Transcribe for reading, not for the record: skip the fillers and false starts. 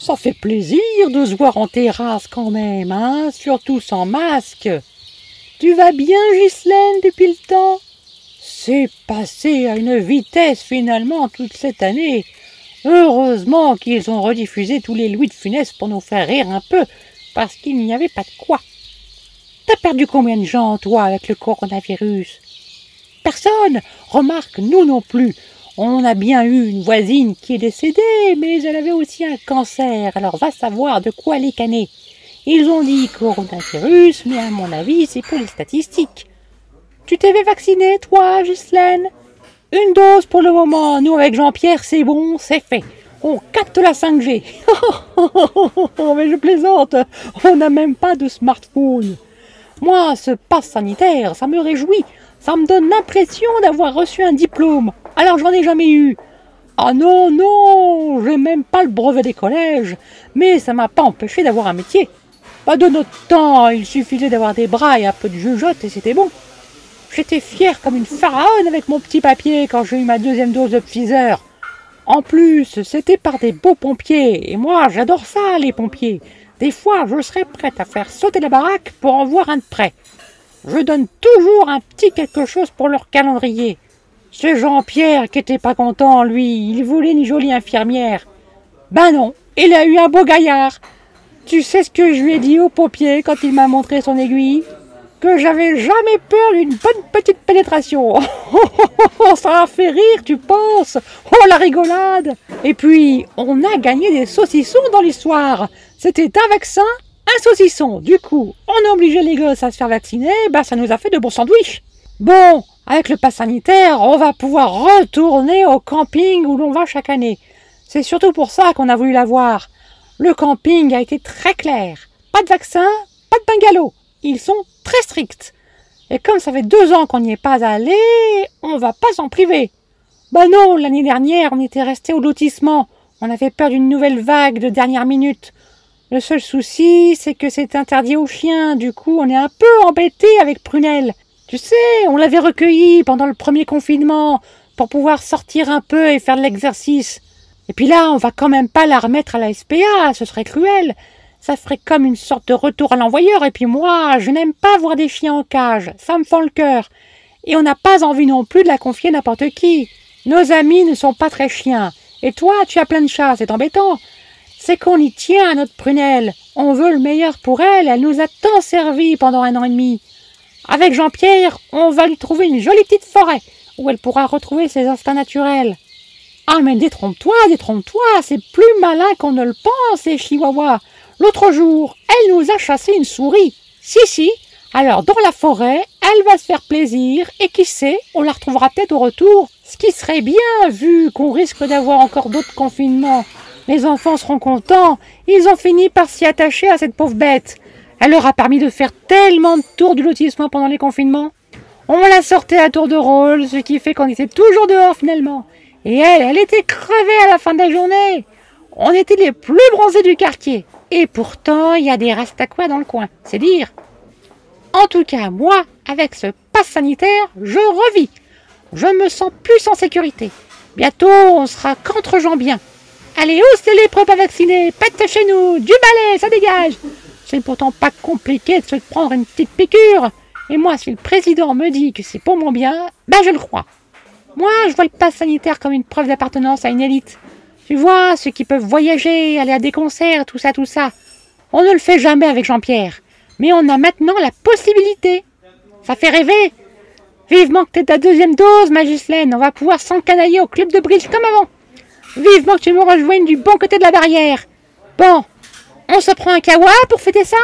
Ça fait plaisir de se voir en terrasse quand même, hein, surtout sans masque. Tu vas bien, Ghislaine, depuis le temps? C'est passé à une vitesse finalement toute cette année. Heureusement qu'ils ont rediffusé tous les Louis de Funès pour nous faire rire un peu, parce qu'il n'y avait pas de quoi. T'as perdu combien de gens, toi, avec le coronavirus? Personne. Remarque, nous non plus. On a bien eu une voisine qui est décédée, mais elle avait aussi un cancer, alors va savoir de quoi elle est canée. Ils ont dit coronavirus, mais à mon avis, c'est pour les statistiques. Tu t'es fait vacciner, toi, Ghislaine? Une dose pour le moment. Nous, avec Jean-Pierre, c'est bon, c'est fait. On capte la 5G. Mais je plaisante. On n'a même pas de smartphone. Moi, ce pass sanitaire, ça me réjouit. Ça me donne l'impression d'avoir reçu un diplôme. Alors, j'en ai jamais eu. Ah non, non, j'ai même pas le brevet des collèges. Mais ça m'a pas empêché d'avoir un métier. Pas de notre temps, il suffisait d'avoir des bras et un peu de jugeote et c'était bon. J'étais fière comme une pharaone avec mon petit papier quand j'ai eu ma 2e dose de Pfizer. En plus, c'était par des beaux pompiers. Et moi, j'adore ça, les pompiers. Des fois, je serais prête à faire sauter la baraque pour en voir un de près. Je donne toujours un petit quelque chose pour leur calendrier. C'est Jean-Pierre qui était pas content, lui. Il voulait une jolie infirmière. Ben non, il a eu un beau gaillard. Tu sais ce que je lui ai dit au pompier quand il m'a montré son aiguille? Que j'avais jamais peur d'une bonne petite pénétration. Ça a fait rire, tu penses? Oh, la rigolade! Et puis, on a gagné des saucissons dans l'histoire. C'était un vaccin, un saucisson. Du coup, on a obligé les gosses à se faire vacciner, ça nous a fait de bons sandwichs. Bon, avec le pass sanitaire, on va pouvoir retourner au camping où l'on va chaque année. C'est surtout pour ça qu'on a voulu l'avoir. Le camping a été très clair. Pas de vaccin, pas de bungalow. Ils sont très stricts. Et comme ça fait 2 ans qu'on n'y est pas allé, on va pas s'en priver. Non, l'année dernière, on était resté au lotissement. On avait peur d'une nouvelle vague de dernière minute. Le seul souci, c'est que c'est interdit aux chiens. Du coup, on est un peu embêté avec Prunelle. Tu sais, on l'avait recueillie pendant le premier confinement pour pouvoir sortir un peu et faire de l'exercice. Et puis là, on va quand même pas la remettre à la SPA, ce serait cruel. Ça ferait comme une sorte de retour à l'envoyeur. Et puis moi, je n'aime pas voir des chiens en cage. Ça me fend le cœur. Et on n'a pas envie non plus de la confier à n'importe qui. Nos amis ne sont pas très chiens. Et toi, tu as plein de chats, c'est embêtant. C'est qu'on y tient à notre Prunelle. On veut le meilleur pour elle. Elle nous a tant servi pendant 1 an et demi. Avec Jean-Pierre, on va lui trouver une jolie petite forêt où elle pourra retrouver ses instincts naturels. Ah, mais détrompe-toi, c'est plus malin qu'on ne le pense, les chihuahuas. L'autre jour, elle nous a chassé une souris. Si. Alors, dans la forêt, elle va se faire plaisir et qui sait, on la retrouvera peut-être au retour. Ce qui serait bien, vu qu'on risque d'avoir encore d'autres confinements. Les enfants seront contents. Ils ont fini par s'y attacher à cette pauvre bête. Elle leur a permis de faire tellement de tours du lotissement pendant les confinements. On la sortait à tour de rôle, ce qui fait qu'on était toujours dehors finalement. Et elle était crevée à la fin de la journée. On était les plus bronzés du quartier. Et pourtant, il y a des rastaquois dans le coin, c'est dire. En tout cas, moi, avec ce pass sanitaire, je revis. Je me sens plus en sécurité. Bientôt, on sera qu'entre gens bien. Allez, hausse les lépreux pas vaccinés, pète chez nous, du balai, ça dégage. C'est pourtant pas compliqué de se prendre une petite piqûre. Et moi, si le président me dit que c'est pour mon bien, je le crois. Moi, je vois le pass sanitaire comme une preuve d'appartenance à une élite. Tu vois, ceux qui peuvent voyager, aller à des concerts, tout ça. On ne le fait jamais avec Jean-Pierre. Mais on a maintenant la possibilité. Ça fait rêver. Vivement que t'aies ta 2e dose, ma Ghislaine. On va pouvoir s'encanailler au club de bridge comme avant. Vivement que tu me rejoignes du bon côté de la barrière. Bon, on se prend un kawa pour fêter ça ?